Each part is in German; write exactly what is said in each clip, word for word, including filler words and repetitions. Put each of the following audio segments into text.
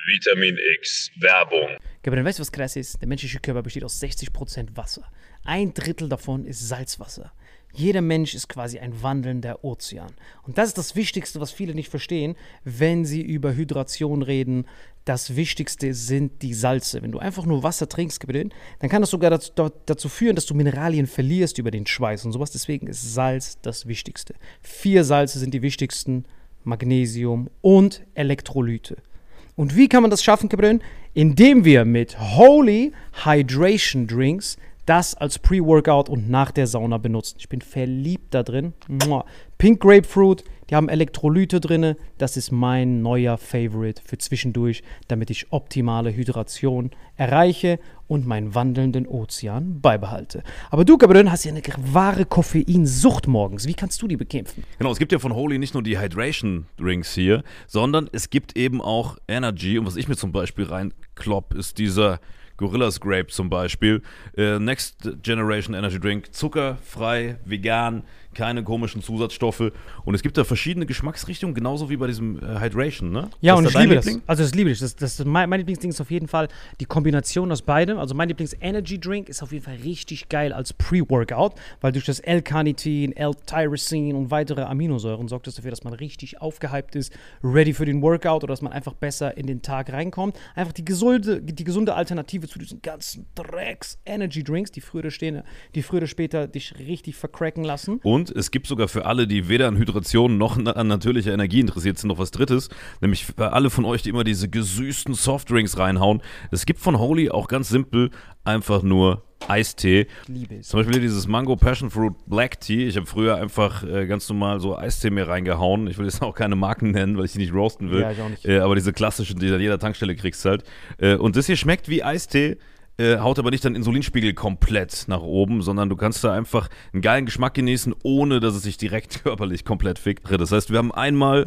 Vitamin X Werbung. Aber dann weißt du, was krass ist? Der menschliche Körper besteht aus sechzig Prozent Wasser. Ein Drittel davon ist Salzwasser. Jeder Mensch ist quasi ein wandelnder Ozean. Und das ist das Wichtigste, was viele nicht verstehen, wenn sie über Hydration reden. Das Wichtigste sind die Salze. Wenn du einfach nur Wasser trinkst, dann kann das sogar dazu, dazu führen, dass du Mineralien verlierst über den Schweiß und sowas. Deswegen ist Salz das Wichtigste. Vier Salze sind die wichtigsten: Magnesium und Elektrolyte. Und wie kann man das schaffen, Gabriel? Indem wir mit Holy Hydration Drinks das als Pre-Workout und nach der Sauna benutzen. Ich bin verliebt da drin. Pink Grapefruit, die haben Elektrolyte drin. Das ist mein neuer Favorite für zwischendurch, damit ich optimale Hydration erreiche und meinen wandelnden Ozean beibehalte. Aber du, Gabriel, hast ja eine wahre Koffeinsucht morgens. Wie kannst du die bekämpfen? Genau, es gibt ja von Holy nicht nur die Hydration Drinks hier, sondern es gibt eben auch Energy. Und was ich mir zum Beispiel reinklopp, ist dieser Gorillas Grape zum Beispiel. Äh, Next Generation Energy Drink. Zuckerfrei, vegan, keine komischen Zusatzstoffe. Und es gibt da verschiedene Geschmacksrichtungen, genauso wie bei diesem äh, Hydration, ne? Ja, das und da ich liebe Liebling? das. Also das liebe ich. Das, das, mein, mein Lieblingsding ist auf jeden Fall die Kombination aus beidem. Also mein Lieblings-Energy-Drink ist auf jeden Fall richtig geil als Pre-Workout, weil durch das L-Carnitin, L-Tyrosin und weitere Aminosäuren sorgt das dafür, dass man richtig aufgehypt ist, ready für den Workout oder dass man einfach besser in den Tag reinkommt. Einfach die gesunde, die gesunde Alternative zu diesen ganzen Drecks-Energy-Drinks, die früher oder, stehen, die früher oder später dich richtig vercracken lassen. Und es gibt sogar für alle, die weder an Hydration noch an natürlicher Energie interessiert sind, noch was Drittes. Nämlich für alle von euch, die immer diese gesüßten Softdrinks reinhauen. Es gibt von Holy auch ganz simpel einfach nur Eistee. Liebe es. Zum Beispiel dieses Mango Passion Fruit Black Tea. Ich habe früher einfach äh, ganz normal so Eistee mir reingehauen. Ich will jetzt auch keine Marken nennen, weil ich die nicht roasten will. Ja, ich auch nicht. Äh, aber diese klassischen, die du an jeder Tankstelle kriegst halt. Äh, und das hier schmeckt wie Eistee. Äh, haut aber nicht deinen Insulinspiegel komplett nach oben, sondern du kannst da einfach einen geilen Geschmack genießen, ohne dass es sich direkt körperlich komplett fickt. Das heißt, wir haben einmal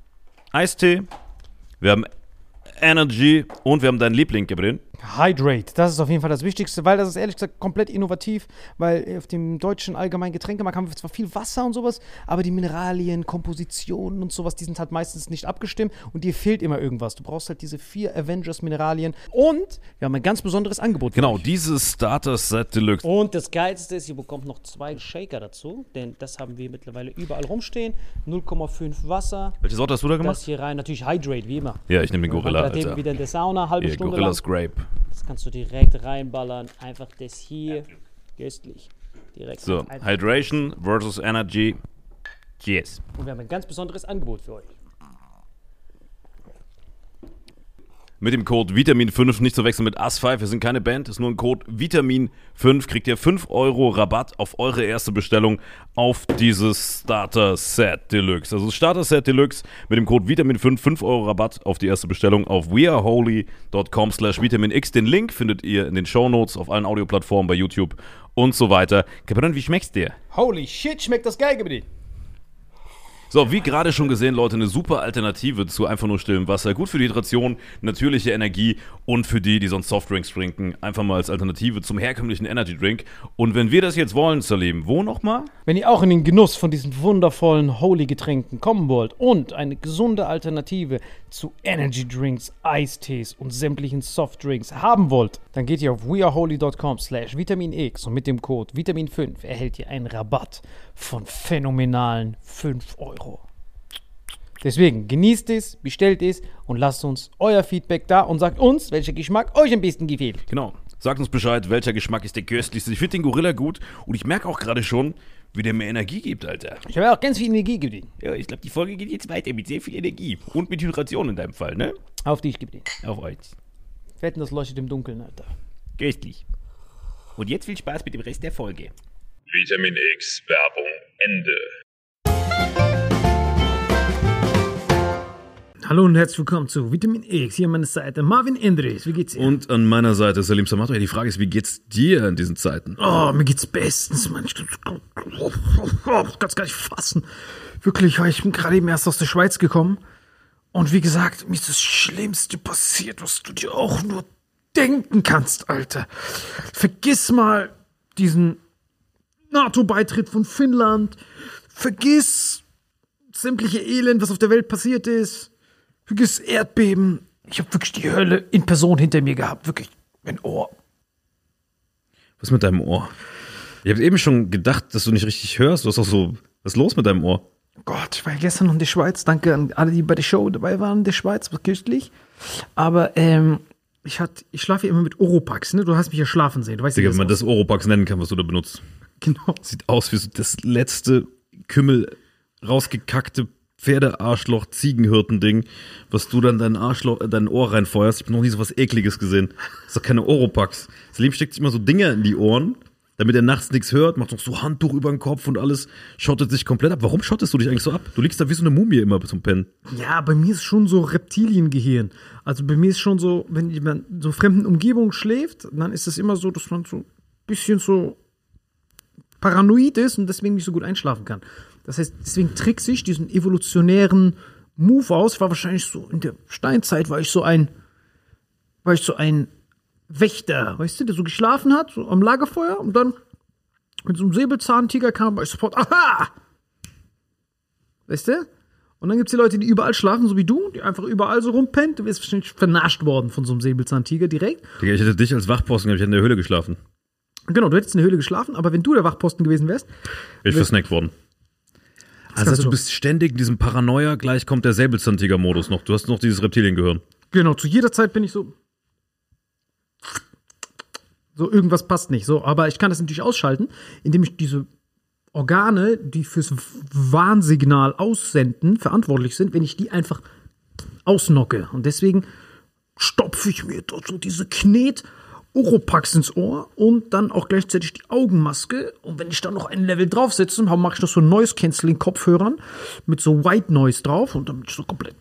Eistee, wir haben Energy und wir haben deinen Liebling, Gabriel. Hydrate, das ist auf jeden Fall das Wichtigste, weil das ist ehrlich gesagt komplett innovativ, weil auf dem deutschen allgemeinen Getränkemarkt haben wir zwar viel Wasser und sowas, aber die Mineralien, Kompositionen und sowas, die sind halt meistens nicht abgestimmt und dir fehlt immer irgendwas. Du brauchst halt diese vier Avengers-Mineralien und wir haben ein ganz besonderes Angebot für Genau, euch. dieses Starter Set Deluxe. Und das Geilste ist, ihr bekommt noch zwei Shaker dazu, denn das haben wir mittlerweile überall rumstehen. null Komma fünf Wasser. Welche Sorte hast du da gemacht? Das hier rein, natürlich Hydrate, wie immer. Ja, ich nehme den Gorilla, Alter. Alter. Wieder in der Sauna, halbe Hier, Stunde Gorillas lang. Grape. Das kannst du direkt reinballern. Einfach das hier. Köstlich. Direkt So, rein. Hydration versus Energy. Cheers. Und wir haben ein ganz besonderes Angebot für euch. Mit dem Code Vitamin fünf, nicht zu wechseln mit A S fünf, wir sind keine Band, ist nur ein Code Vitamin fünf, kriegt ihr fünf Euro Rabatt auf eure erste Bestellung auf dieses Starter Set Deluxe. Also Starter Set Deluxe mit dem Code Vitamin fünf, fünf Euro Rabatt auf die erste Bestellung auf weareholy.com slash vitaminx. Den Link findet ihr in den Shownotes auf allen Audioplattformen, bei YouTube und so weiter. Kapitän, wie schmeckt's dir? Holy shit, schmeckt das geil, Gabriel. So, wie gerade schon gesehen, Leute, eine super Alternative zu einfach nur stillem Wasser. Gut für die Hydration, natürliche Energie und für die, die sonst Softdrinks trinken, einfach mal als Alternative zum herkömmlichen Energy Drink. Und wenn wir das jetzt wollen, Salim, wo nochmal? Wenn ihr auch in den Genuss von diesen wundervollen Holy-Getränken kommen wollt und eine gesunde Alternative zu Energy Drinks, Eistees und sämtlichen Softdrinks haben wollt, dann geht ihr auf weareholy.com slash vitaminx und mit dem Code Vitamin fünf erhält ihr einen Rabatt von phänomenalen fünf Euro. Deswegen genießt es, bestellt es und lasst uns euer Feedback da und sagt uns, welcher Geschmack euch am besten gefällt. Genau. Sagt uns Bescheid, welcher Geschmack ist der köstlichste. Ich finde den Gorilla gut und ich merke auch gerade schon, wie der mir Energie gibt, Alter. Ich habe auch ganz viel Energie gegeben. Ja, ich glaube, die Folge geht jetzt weiter mit sehr viel Energie. Und mit Hydration in deinem Fall, ne? Auf dich, Gabriel. Auf euch. Wetten, das leuchtet im Dunkeln, Alter. Köstlich. Und jetzt viel Spaß mit dem Rest der Folge. Vitamin X Werbung Ende. Hallo und herzlich willkommen zu Vitamin X. Hier an meiner Seite Marvin Endres. Wie geht's dir? Und an meiner Seite Salim Samato. Ja, die Frage ist, wie geht's dir in diesen Zeiten? Oh, mir geht's bestens, Mann. Ich kann's gar nicht fassen. Wirklich, ich bin gerade eben erst aus der Schweiz gekommen. Und wie gesagt, mir ist das Schlimmste passiert, was du dir auch nur denken kannst, Alter. Vergiss mal diesen NATO-Beitritt von Finnland. Vergiss sämtliche Elend, was auf der Welt passiert ist. Vergiss Erdbeben. Ich habe wirklich die Hölle in Person hinter mir gehabt. Wirklich, mein Ohr. Was ist mit deinem Ohr? Ich habe eben schon gedacht, dass du nicht richtig hörst. Du hast auch so, was ist los mit deinem Ohr? Gott, ich war gestern noch in der Schweiz. Danke an alle, die bei der Show dabei waren in der Schweiz. War köstlich. Aber, ähm, ich, hat, ich schlafe ja immer mit Oropax, ne? Du hast mich ja schlafen sehen. Du weißt Digga, nicht, wenn man das Oropax nennen kann, was du da benutzt. Genau. Sieht aus wie so das letzte Kümmel rausgekackte Pferdearschloch, Ziegenhirten-Ding, was du dann dein Arschloch, dein Ohr reinfeuerst. Ich habe noch nie so was Ekliges gesehen. Das ist doch keine Oropax. Salim steckt sich immer so Dinger in die Ohren, damit er nachts nichts hört, macht noch so Handtuch über den Kopf und alles, schottet sich komplett ab. Warum schottest du dich eigentlich so ab? Du liegst da wie so eine Mumie immer zum Pennen. Ja, bei mir ist schon so Reptiliengehirn. Also bei mir ist schon so, wenn jemand so fremden Umgebungen schläft, dann ist es immer so, dass man so ein bisschen so paranoid ist und deswegen nicht so gut einschlafen kann. Das heißt, deswegen trickse ich diesen evolutionären Move aus. War wahrscheinlich so, in der Steinzeit war ich so ein, war ich so ein Wächter, weißt du, der so geschlafen hat, so am Lagerfeuer und dann mit so einem Säbelzahntiger kam, war ich sofort, aha! Weißt du? Und dann gibt es die Leute, die überall schlafen, so wie du, die einfach überall so rumpennt. Du wirst wahrscheinlich vernascht worden von so einem Säbelzahntiger direkt. Digga, ich hätte dich als Wachposten, ich hätte in der Höhle geschlafen. Genau, du hättest in der Höhle geschlafen, aber wenn du der Wachposten gewesen wärst, wäre ich versnackt worden. Also heißt, du bist ständig in diesem Paranoia, gleich kommt der Säbelzahntiger-Modus noch. Du hast noch dieses Reptiliengehirn. Genau, zu jeder Zeit bin ich so. So, irgendwas passt nicht. So, aber ich kann das natürlich ausschalten, indem ich diese Organe, die fürs Warnsignal aussenden, verantwortlich sind, wenn ich die einfach ausnocke. Und deswegen stopfe ich mir dort so diese Knet Oropax ins Ohr und dann auch gleichzeitig die Augenmaske. Und wenn ich dann noch ein Level draufsetze, mache ich noch so Noise-Canceling-Kopfhörern mit so White Noise drauf und dann bin ich so komplett.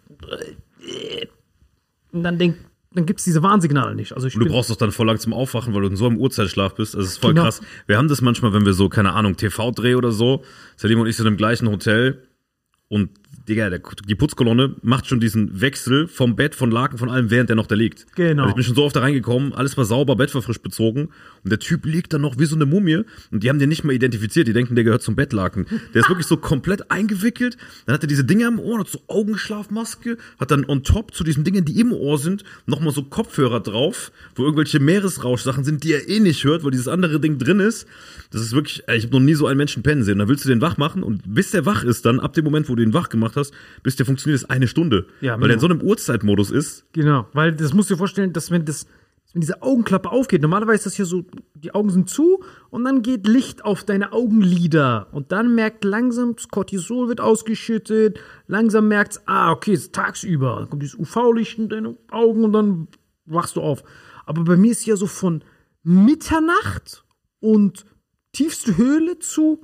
Und dann denk dann gibt es diese Warnsignale nicht. Also ich und du brauchst doch dann voll lang zum Aufwachen, weil du in so einem Uhrzeitschlaf bist. Also das ist voll genau. krass. Wir haben das manchmal, wenn wir so, keine Ahnung, T V-Dreh oder so, Salim und ich sind im gleichen Hotel und Digga, der, die Putzkolonne macht schon diesen Wechsel vom Bett, von Laken, von allem, während der noch da liegt. Genau. Also ich bin schon so oft da reingekommen, alles war sauber, Bett war frisch bezogen und der Typ liegt dann noch wie so eine Mumie und die haben den nicht mal identifiziert, die denken, der gehört zum Bettlaken. Der ist wirklich so komplett eingewickelt, dann hat er diese Dinger im Ohr, hat so Augenschlafmaske, hat dann on top zu diesen Dingen, die im Ohr sind, nochmal so Kopfhörer drauf, wo irgendwelche Meeresrauschsachen sind, die er eh nicht hört, weil dieses andere Ding drin ist. Das ist wirklich, ich habe noch nie so einen Menschen pennen sehen. Dann willst du den wach machen und bis der wach ist dann, ab dem Moment, wo du ihn wach gemacht hast, bis der funktioniert, ist eine Stunde. Ja, weil der in so einem Uhrzeitmodus ist. Genau, weil das musst du dir vorstellen, dass wenn das, wenn diese Augenklappe aufgeht, normalerweise ist das hier so, die Augen sind zu und dann geht Licht auf deine Augenlider und dann merkt langsam, das Cortisol wird ausgeschüttet, langsam merkt's, ah, okay, es ist tagsüber, dann kommt dieses U V-Licht in deine Augen und dann wachst du auf. Aber bei mir ist ja so von Mitternacht und tiefste Höhle zu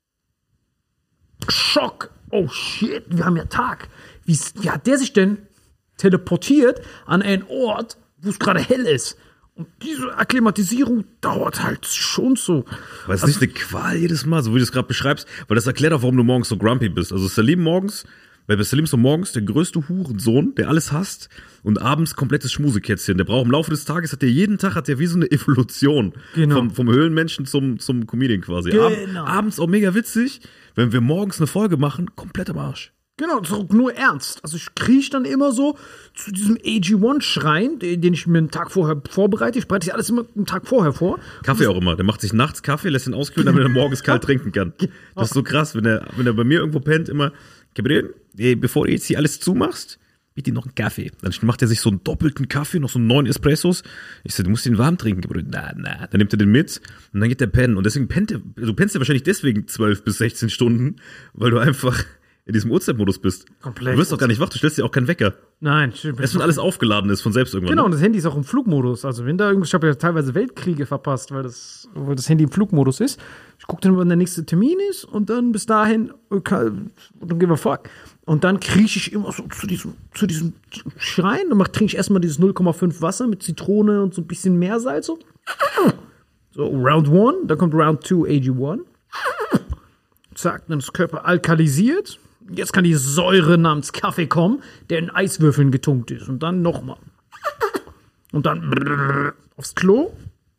Schock. Oh shit, wir haben ja Tag. Wie, wie hat der sich denn teleportiert an einen Ort, wo es gerade hell ist? Und diese Akklimatisierung dauert halt schon so. Weil es also, nicht eine Qual jedes Mal, so wie du es gerade beschreibst, weil das erklärt auch, warum du morgens so grumpy bist. Also Salim morgens, weil bei Salim ist so morgens der größte Hurensohn, der alles hasst und abends komplettes Schmusekätzchen. Der braucht im Laufe des Tages, hat der jeden Tag, hat der wie so eine Evolution. Genau. Vom, vom Höhlenmenschen zum, zum Comedian quasi. Genau. Ab, abends auch mega witzig, wenn wir morgens eine Folge machen, komplett am Arsch. Genau, das ist auch nur ernst. Also ich kriech dann immer so zu diesem A G eins Schrein, den, den ich mir einen Tag vorher vorbereite. Ich bereite ich alles immer einen Tag vorher vor. Kaffee auch immer. Der macht sich nachts Kaffee, lässt ihn auskühlen, damit er morgens kalt trinken kann. Das ist so krass, wenn er, wenn er bei mir irgendwo pennt, immer, Gabriel, bevor du jetzt hier alles zumachst, bitte noch einen Kaffee. Dann macht er sich so einen doppelten Kaffee, noch so einen neun Espressos. Ich sag, du musst den warm trinken, Gabriel. Na, na. Dann nimmt er den mit und dann geht der pennen. Und deswegen pennt er, du pennst ja wahrscheinlich deswegen zwölf bis sechzehn Stunden, weil du einfach in diesem Uhrzeitmodus bist. Komplett. Du wirst doch gar nicht wach, du stellst dir auch keinen Wecker. Nein, stimmt. Erst wenn alles aufgeladen ist von selbst irgendwann. Genau, ne? und das Handy ist auch im Flugmodus. Also wenn da irgendwas, ich habe ja teilweise Weltkriege verpasst, weil das, weil das Handy im Flugmodus ist. Ich gucke dann, wann der nächste Termin ist und dann bis dahin, okay, dann gehen wir fuck. Und dann krieche ich immer so zu diesem, zu diesem Schrein und trinke ich erstmal dieses null Komma fünf Wasser mit Zitrone und so ein bisschen Meersalz. So, so Round one, dann kommt Round two, A G eins. Zack, dann ist das Körper alkalisiert. Jetzt kann die Säure namens Kaffee kommen, der in Eiswürfeln getunkt ist. Und dann nochmal. Und dann aufs Klo.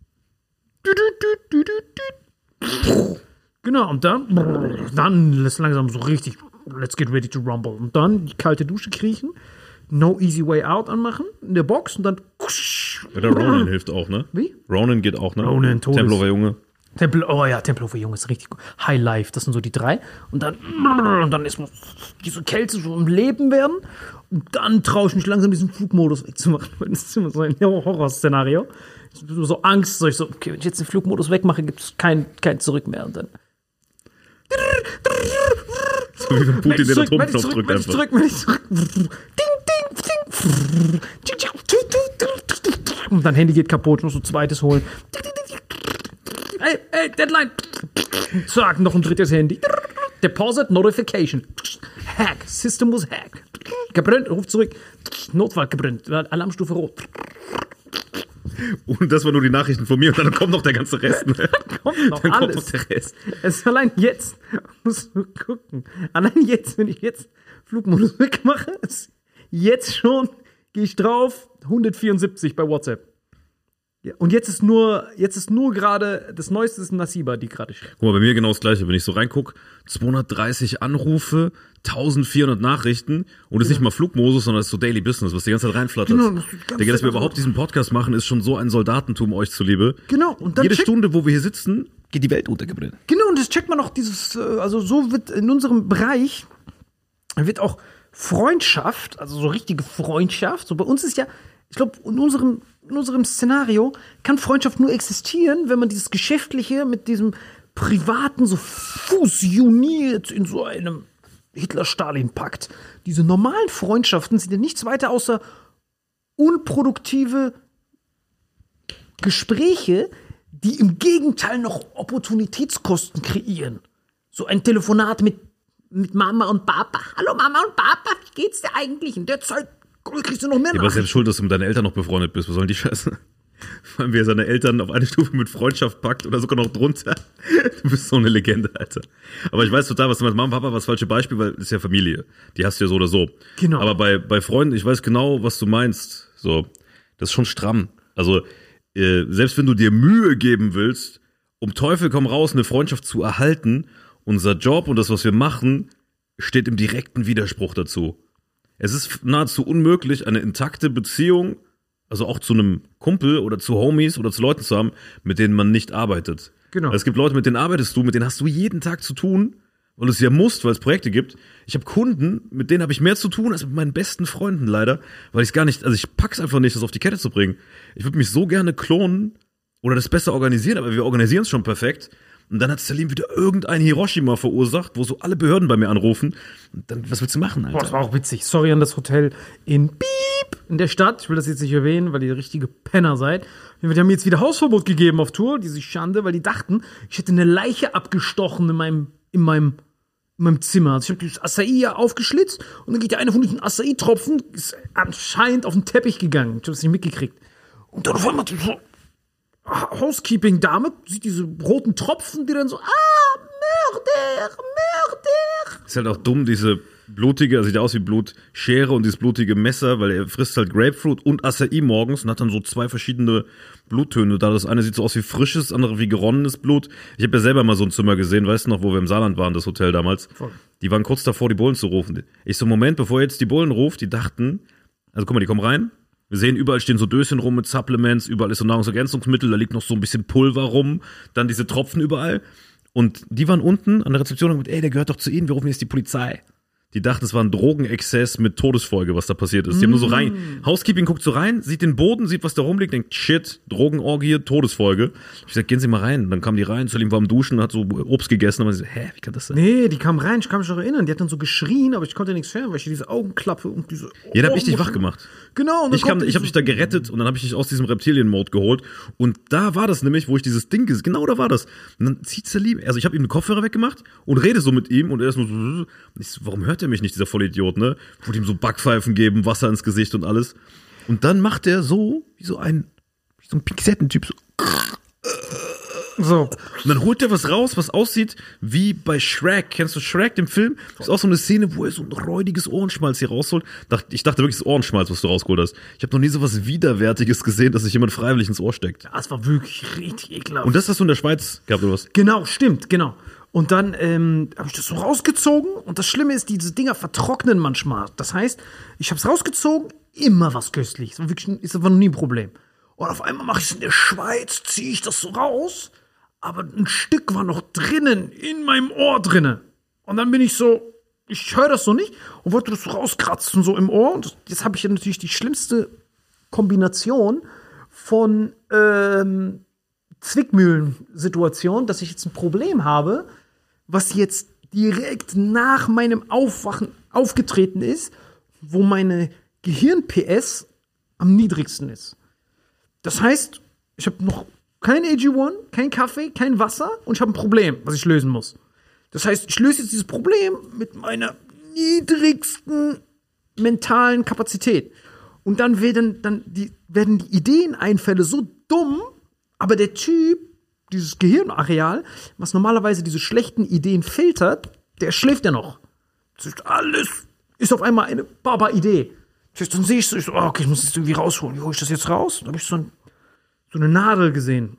Genau, und dann, dann lässt langsam so richtig, let's get ready to rumble. Und dann die kalte Dusche kriechen, No Easy Way Out anmachen in der Box und dann. Ja, der Ronin hilft auch, ne? Wie? Ronin geht auch, ne? Ronin, Todes. Tempelhofer Junge. Tempel, oh ja, Tempelhofer Junge ist richtig gut. High Life, das sind so die drei. Und dann, und dann ist man diese Kälte so im Leben werden. Und dann traue ich mich langsam, diesen Flugmodus wegzumachen. Das ist immer so ein Horrorszenario. Ich habe so Angst, so ich so, okay, wenn ich jetzt den Flugmodus wegmache, gibt es kein, kein Zurück mehr. Und dann. So wie wenn Putin den Atomknopf drückt einfach. Zurück, wenn ich zurück. Ding, ding, ding. Und dein Handy geht kaputt, ich muss so ein zweites holen. Ey, ey, Deadline. Zack, noch ein drittes Handy. Deposit Notification. Hack. System was hack. Gebrannt, ruf zurück. Notfall gebrannt. Alarmstufe rot. Und das waren nur die Nachrichten von mir und dann kommt noch der ganze Rest. Ne? Dann kommt noch dann alles. Kommt noch der Rest. Es ist allein jetzt, musst du gucken. Allein jetzt, wenn ich jetzt Flugmodus wegmache, ist jetzt schon, gehe ich drauf, hundertvierundsiebzig bei WhatsApp. Ja, und jetzt ist nur, jetzt ist nur gerade, das Neueste ist Nasiba, die gerade schreibt. Guck mal, bei mir genau das Gleiche. Wenn ich so reingucke, zweihundertdreißig Anrufe, eintausendvierhundert Nachrichten und es ist nicht mal Flugmodus, sondern es ist so Daily Business, was die ganze Zeit reinflattert. Genau, das ist ganz Digga, dass wir genau. überhaupt diesen Podcast machen, ist schon so ein Soldatentum euch zuliebe. Genau, und dann Jede check- Stunde, wo wir hier sitzen, geht die Welt untergebrannt. Genau, und das checkt man auch dieses, äh, also so wird in unserem Bereich, wird auch Freundschaft, also so richtige Freundschaft, so bei uns ist ja, ich glaube, in unserem, in unserem Szenario kann Freundschaft nur existieren, wenn man dieses Geschäftliche mit diesem Privaten so fusioniert in so einem Hitler-Stalin-Pakt. Diese normalen Freundschaften sind ja nichts weiter außer unproduktive Gespräche, die im Gegenteil noch Opportunitätskosten kreieren. So ein Telefonat mit, mit Mama und Papa. Hallo Mama und Papa, wie geht's dir eigentlich? In der Zeit kriegst du noch mehr Ja, aber selbst schuld, dass du mit deinen Eltern noch befreundet bist. Was sollen die Scheiße? Vor allem, wer seine Eltern auf eine Stufe mit Freundschaft packt oder sogar noch drunter. Du bist so eine Legende, Alter. Aber ich weiß total, was du meinst. Mama und Papa war das falsche Beispiel, weil es ist ja Familie. Die hast du ja so oder so. Genau. Aber bei, bei Freunden, ich weiß genau, was du meinst. So, das ist schon stramm. Also, äh, selbst wenn du dir Mühe geben willst, um Teufel komm raus, eine Freundschaft zu erhalten, unser Job und das, was wir machen, steht im direkten Widerspruch dazu. Es ist nahezu unmöglich, eine intakte Beziehung, also auch zu einem Kumpel oder zu Homies oder zu Leuten zu haben, mit denen man nicht arbeitet. Genau. Es gibt Leute, mit denen arbeitest du, mit denen hast du jeden Tag zu tun, weil du es ja musst, weil es Projekte gibt. Ich habe Kunden, mit denen habe ich mehr zu tun als mit meinen besten Freunden leider, weil ich es gar nicht, also ich pack's einfach nicht, das auf die Kette zu bringen. Ich würde mich so gerne klonen oder das besser organisieren, aber wir organisieren es schon perfekt. Und dann hat Salim wieder irgendein Hiroshima verursacht, wo so alle Behörden bei mir anrufen. Und dann, was willst du machen, Alter? Boah, das war auch witzig. Sorry an das Hotel in Piep in der Stadt. Ich will das jetzt nicht erwähnen, weil ihr richtige Penner seid. Die haben mir jetzt wieder Hausverbot gegeben auf Tour, diese Schande, weil die dachten, ich hätte eine Leiche abgestochen in meinem, in meinem, in meinem Zimmer. Also ich habe dieses Acai ja aufgeschlitzt und dann geht der eine von diesen Acai-Tropfen, ist anscheinend auf den Teppich gegangen. Ich habe es nicht mitgekriegt. Und dann auf einmal so Housekeeping-Dame sieht diese roten Tropfen, die dann so, ah, Mörder, Mörder. Ist halt auch dumm, diese blutige, also sieht aus wie Blutschere und dieses blutige Messer, weil er frisst halt Grapefruit und Acai morgens und hat dann so zwei verschiedene Bluttöne da. Das eine sieht so aus wie frisches, das andere wie geronnenes Blut. Ich habe ja selber mal so ein Zimmer gesehen, weißt du noch, wo wir im Saarland waren, das Hotel damals. Voll. Die waren kurz davor, die Bullen zu rufen. Ich so, Moment, bevor ihr jetzt die Bullen ruft, die dachten, also guck mal, die kommen rein. Wir sehen, überall stehen so Döschen rum mit Supplements, überall ist so Nahrungsergänzungsmittel, da liegt noch so ein bisschen Pulver rum, dann diese Tropfen überall. Und die waren unten an der Rezeption und haben gesagt, ey, der gehört doch zu Ihnen, wir rufen jetzt die Polizei. Die dachten, es war ein Drogenexzess mit Todesfolge, was da passiert ist. Die haben nur so rein, Housekeeping guckt so rein, sieht den Boden, sieht, was da rumliegt, denkt, shit, Drogenorgie, Todesfolge. Ich sag, gehen Sie mal rein. Dann kamen die rein, Salim war am Duschen, hat so Obst gegessen, und man so, hä, wie kann das sein? Nee, die kam rein, ich kann mich noch erinnern. Die hat dann so geschrien, aber ich konnte nichts hören, weil ich diese Augenklappe und diese. Ja, da hab ich dich wach gemacht. Genau. Und dann Ich, kam, konnte ich habe so- dich da gerettet und dann habe ich dich aus diesem Reptilien-Mode geholt. Und da war das nämlich, wo ich dieses Ding gesehen, genau da war das. Und dann zieht Salim, also ich habe ihm den Kopfhörer weggemacht und rede so mit ihm und er ist nur so, und ich so, warum hört er mich nicht, dieser Vollidiot, ne? Wollte ihm so Backpfeifen geben, Wasser ins Gesicht und alles. Und dann macht er so, wie so ein, wie so ein Pinzettentyp, so. So. Und dann holt er was raus, was aussieht wie bei Shrek. Kennst du Shrek, den Film? Das ist auch so eine Szene, wo er so ein räudiges Ohrenschmalz hier rausholt. Ich dachte wirklich, das ist Ohrenschmalz, was du rausgeholt hast. Ich habe noch nie so was Widerwärtiges gesehen, dass sich jemand freiwillig ins Ohr steckt. Das war wirklich richtig ekelhaft. Und das hast du in der Schweiz gehabt, oder was? Genau, stimmt, genau. Und dann ähm, habe ich das so rausgezogen. Und das Schlimme ist, diese Dinger vertrocknen manchmal. Das heißt, ich habe es rausgezogen, immer was Köstliches. War wirklich, ist aber noch nie ein Problem. Und auf einmal mache ich es in der Schweiz, ziehe ich das so raus. Aber ein Stück war noch drinnen, in meinem Ohr drinnen. Und dann bin ich so, ich höre das so nicht und wollte das so rauskratzen, so im Ohr. Und jetzt habe ich ja natürlich die schlimmste Kombination von ähm, Zwickmühlen-Situation, dass ich jetzt ein Problem habe, was jetzt direkt nach meinem Aufwachen aufgetreten ist, wo meine Gehirn-P S am niedrigsten ist. Das heißt, ich habe noch kein A G eins, kein Kaffee, kein Wasser und ich habe ein Problem, was ich lösen muss. Das heißt, ich löse jetzt dieses Problem mit meiner niedrigsten mentalen Kapazität. Und dann werden, dann die, werden die Ideeneinfälle so dumm, aber der Typ, dieses Gehirnareal, was normalerweise diese schlechten Ideen filtert, der schläft ja noch. Das ist alles ist auf einmal eine Baba-Idee. Das heißt, dann sehe ich so, ich so, okay, ich muss das irgendwie rausholen. Wie hole ich das jetzt raus? Dann habe ich so, ein, so eine Nadel gesehen.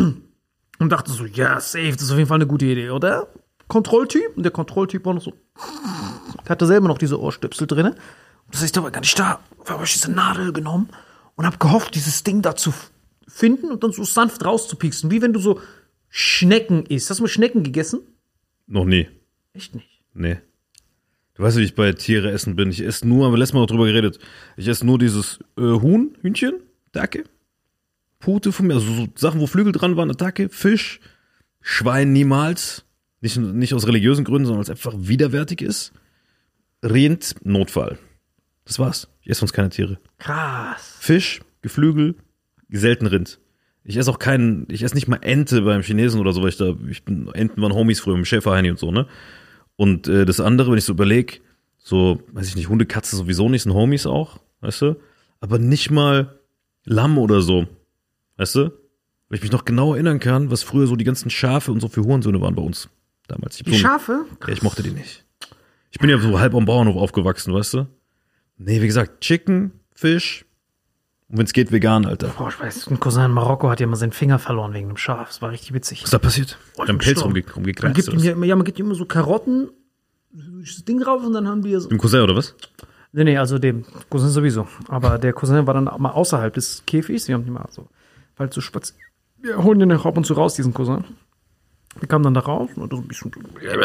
Und dachte so, ja, safe, das ist auf jeden Fall eine gute Idee, oder? Kontrolltyp. Und der Kontrolltyp war noch so, der hatte selber noch diese Ohrstöpsel drin. Das heißt, da war gar nicht da. Da habe ich diese Nadel genommen und habe gehofft, dieses Ding da zu finden und dann so sanft rauszupieksen. Wie wenn du so Schnecken isst. Hast du mal Schnecken gegessen? Noch nie. Echt nicht. Nee. Du weißt, wie ich bei Tiere essen bin. Ich esse nur, haben wir letztes Mal noch drüber geredet, ich esse nur dieses äh, Huhn, Hühnchen, Dacke, Pute von mir, also so Sachen, wo Flügel dran waren, Attacke, Fisch, Schwein niemals. Nicht, nicht aus religiösen Gründen, sondern weil es einfach widerwärtig ist. Rind, Notfall. Das war's. Ich esse sonst keine Tiere. Krass. Fisch, Geflügel, selten Rind. Ich esse auch keinen, ich esse nicht mal Ente beim Chinesen oder so, weil ich da, ich bin, Enten waren Homies früher mit Schäferheini und so, ne? Und äh, das andere, wenn ich so überlege, so, weiß ich nicht, Hunde, Katze sowieso nicht, sind Homies auch, weißt du? Aber nicht mal Lamm oder so, weißt du? Weil ich mich noch genau erinnern kann, was früher so die ganzen Schafe und so für Hurensöhne waren bei uns damals. Ich Die Schafe? Ja, ich mochte die nicht. Ich bin ja so halb am Bauernhof aufgewachsen, weißt du? Nee, wie gesagt, Chicken, Fisch und wenn es geht, vegan, Alter. Boah, ich weiß, ein Cousin in Marokko hat ja mal seinen Finger verloren wegen einem Schaf. Das war richtig witzig. Was ist da passiert? Oh, Am Pelz rumge Man rumgekratzt. gibt ihm oder ja, immer- ja, man gibt ihm immer so Karotten, das Ding drauf und dann haben wir so. Im Cousin oder was? Nee, nee, also dem Cousin sowieso. Aber der Cousin war dann auch mal außerhalb des Käfigs. Wir haben ihn mal so, weil so spatz. Wir holen den ab und zu raus, diesen Cousin. Wir kamen dann da raus und so ein bisschen.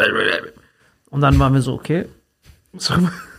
Und dann waren wir so, okay. So,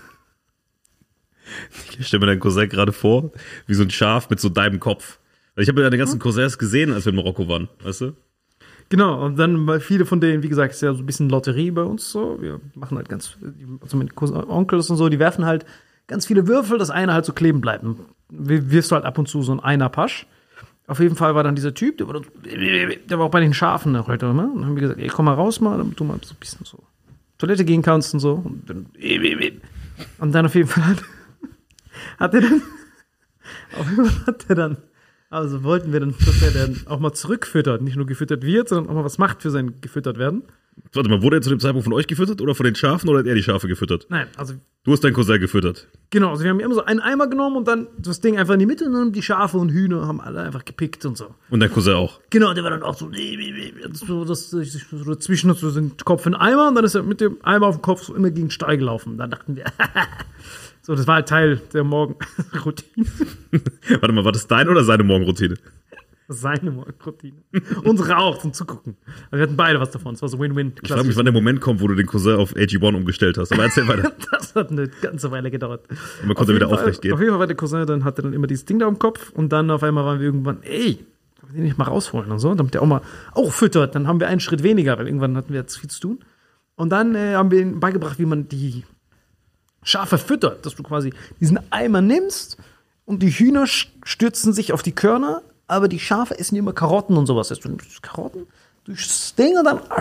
Ich stelle mir deinen Cousin gerade vor, wie so ein Schaf mit so deinem Kopf. Weil ich habe ja deine ganzen Cousins gesehen, als wir in Marokko waren, weißt du? genau, und dann, weil viele von denen, wie gesagt, ist ja so ein bisschen Lotterie bei uns so. Wir machen halt ganz, also mit Cousin, Onkels und so, die werfen halt ganz viele Würfel, dass einer halt so kleben bleibt. Und wir- wirfst du halt ab und zu so ein Einer-Pasch. Auf jeden Fall war dann dieser Typ, der war, dann, der war auch bei den Schafen noch heute immer. Und dann haben wir gesagt, ey, komm mal raus mal, damit du mal so ein bisschen so Toilette gehen kannst und so. Und dann, und dann auf jeden Fall hat, hat er dann, auf jeden Fall hat er dann, also wollten wir dann, dass er dann auch mal zurückfüttert, nicht nur gefüttert wird, sondern auch mal was macht für sein gefüttert werden. Warte mal, wurde er zu dem Zeitpunkt von euch gefüttert oder von den Schafen oder hat er die Schafe gefüttert? Nein, also Du hast deinen Cousin gefüttert. genau, also wir haben immer so einen Eimer genommen und dann das Ding einfach in die Mitte und dann die Schafe und Hühner haben alle einfach gepickt und so. Und dein Cousin auch. Genau, der war dann auch so, so dass ich so dazwischen so den Kopf in den Eimer und dann ist er mit dem Eimer auf dem Kopf so immer gegen den Stall gelaufen. Dann dachten wir, so, das war halt Teil der Morgenroutine. Warte mal, war das deine oder seine Morgenroutine? Seine Morgenroutine. Unsere auch zum Zugucken. Also wir hatten beide was davon. Es war so Win-Win. Ich frage mich, wann der Moment kommt, wo du den Cousin auf A G eins umgestellt hast. Aber erzähl weiter. Das hat eine ganze Weile gedauert. Und man konnte Auf wieder jeden Fall- aufrecht gehen. Auf jeden Fall war der Cousin, dann hatte dann immer dieses Ding da im Kopf und dann auf einmal waren wir irgendwann, ey, können wir den nicht mal rausholen und so, damit der auch mal auch füttert. Dann haben wir einen Schritt weniger, weil irgendwann hatten wir zu viel zu tun. Und dann äh, haben wir ihm beigebracht, wie man die Schafe füttert, dass du quasi diesen Eimer nimmst und die Hühner sch- stürzen sich auf die Körner, aber die Schafe essen immer Karotten und sowas. Also, du nimmst Karotten durchs Ding und dann.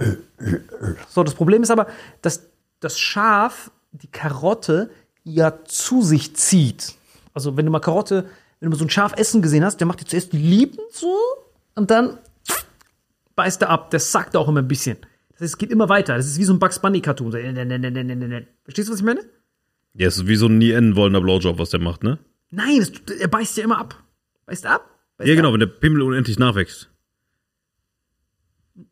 So, das Problem ist aber, dass das Schaf die Karotte ja zu sich zieht. Also, wenn du mal Karotte, wenn du mal so ein Schaf essen gesehen hast, der macht dir zuerst die Lippen so und dann beißt er ab. Der sackt auch immer ein bisschen. Das heißt, es geht immer weiter. Das ist wie so ein Bugs Bunny-Cartoon. So, verstehst du, was ich meine? Ja, es ist wie so ein nie enden wollender Blowjob, was der macht, ne? Nein, das, er beißt ja immer ab. Beißt ab? Beißt Ja, genau, ab. wenn der Pimmel unendlich nachwächst.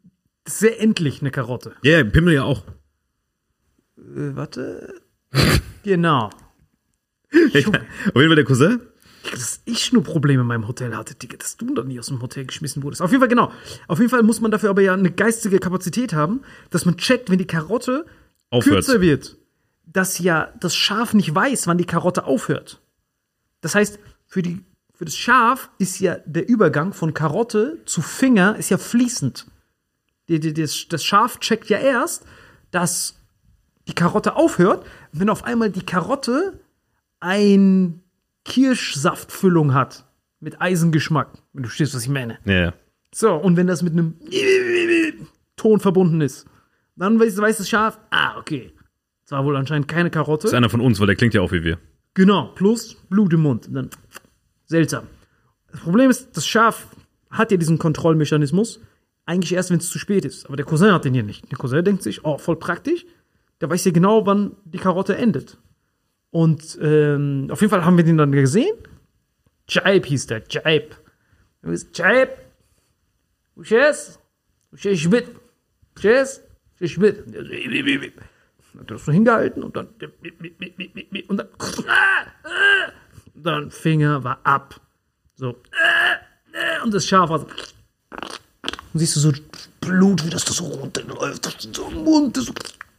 Das ist sehr endlich, eine Karotte. Ja, yeah, Pimmel ja auch. Äh, warte. Genau. Ja, auf jeden Fall der Cousin. Dass ich nur Probleme in meinem Hotel hatte, Digga, dass du dann nie aus dem Hotel geschmissen wurdest. Auf jeden Fall, genau. Auf jeden Fall muss man dafür aber ja eine geistige Kapazität haben, dass man checkt, wenn die Karotte Aufhört. kürzer wird, dass ja das Schaf nicht weiß, wann die Karotte aufhört. Das heißt, für, die, für das Schaf ist ja der Übergang von Karotte zu Finger ist ja fließend. Die, die, das, das Schaf checkt ja erst, dass die Karotte aufhört, wenn auf einmal die Karotte ein Kirschsaftfüllung hat. Mit Eisengeschmack. Wenn du verstehst, was ich meine. Ja, ja. So, und wenn das mit einem Ton verbunden ist, dann weiß, weiß das Schaf, ah, okay. Das war wohl anscheinend keine Karotte. Das ist einer von uns, weil der klingt ja auch wie wir. Genau, plus Blut im Mund. Und dann, seltsam. Das Problem ist, das Schaf hat ja diesen Kontrollmechanismus, eigentlich erst, wenn es zu spät ist. Aber der Cousin hat den hier nicht. Der Cousin denkt sich, oh, voll praktisch. Der weiß ja genau, wann die Karotte endet. Und ähm, auf jeden Fall haben wir den dann gesehen. Jaib hieß der, Jaib. Jaib, wo ist Wo ist mit? Wo ist mit? Dann hat er das so hingehalten und dann und dann, und dann Finger war ab. So. Und das Schaf war so. Und siehst du so Blut, wie das da so runterläuft. So im Mund. So.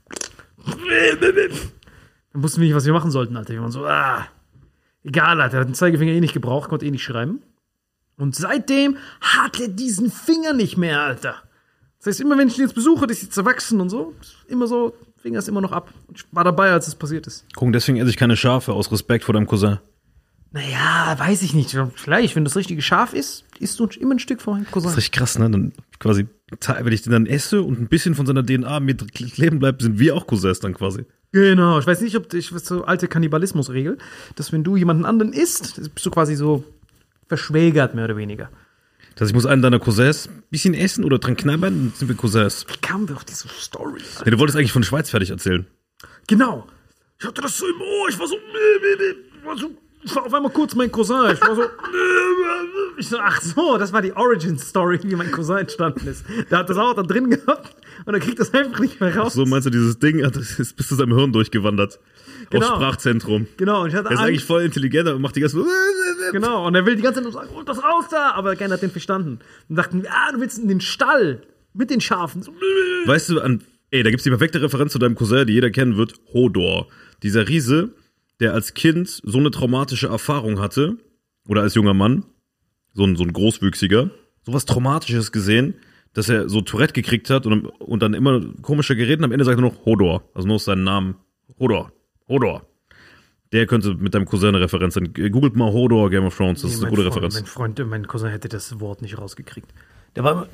Dann wussten wir nicht, was wir machen sollten, Alter. Wir waren so, ah, egal, Alter. Er hat den Zeigefinger eh nicht gebraucht, konnte eh nicht schreiben. Und seitdem hat er diesen Finger nicht mehr, Alter. Das heißt, immer wenn ich ihn jetzt besuche, das ist jetzt erwachsen und so, immer so, Finger ist immer noch ab. Und ich war dabei, als es passiert ist. Guck, deswegen esse ich keine Schafe, aus Respekt vor deinem Cousin. Naja, weiß ich nicht. Vielleicht, wenn das richtige Schaf ist, isst du immer ein Stück von meinem Cousin. Das ist richtig krass, ne? Dann quasi, wenn ich den dann esse und ein bisschen von seiner D N A mir kleben bleibt, sind wir auch Cousins dann quasi. Genau, ich weiß nicht, ob ich so alte Kannibalismusregel, dass wenn du jemanden anderen isst, bist du quasi so verschwägert, mehr oder weniger. Das heißt, ich muss einen deiner Cousins ein bisschen essen oder dran knabbern, dann sind wir Cousins. Wie kamen wir auf diese Story? Ja, du wolltest eigentlich von Schweiz fertig erzählen. Genau. Ich hatte das so im Ohr, ich war so, ich war so, ich war auf einmal kurz mein Cousin, ich war so, ich so, ach so, das war die Origin-Story, wie mein Cousin entstanden ist. Der hat das auch da drin gehabt und er kriegt das einfach nicht mehr raus. So meinst du, dieses Ding das ist bis zu seinem Hirn durchgewandert. Genau. Aufs Sprachzentrum. Genau. Und ich hatte er ist Angst. eigentlich voll intelligent und macht die ganze Genau, und er will die ganze Zeit nur sagen, hol das raus da, aber keiner hat den verstanden. Und dachten, ah, du willst in den Stall mit den Schafen. So, weißt du, an, ey, da gibt's die perfekte Referenz zu deinem Cousin, die jeder kennen wird, Hodor. Dieser Riese, der als Kind so eine traumatische Erfahrung hatte, oder als junger Mann, so ein, so ein Großwüchsiger, sowas Traumatisches gesehen, dass er so Tourette gekriegt hat und, und dann immer komischer geredet und am Ende sagt er noch Hodor, also nur seinen Namen. Hodor, Hodor. Der könnte mit deinem Cousin eine Referenz sein. Googelt mal Hodor, Game of Thrones, das nee, ist eine gute Freund, Referenz. Mein Freund, mein Cousin hätte das Wort nicht rausgekriegt. Der war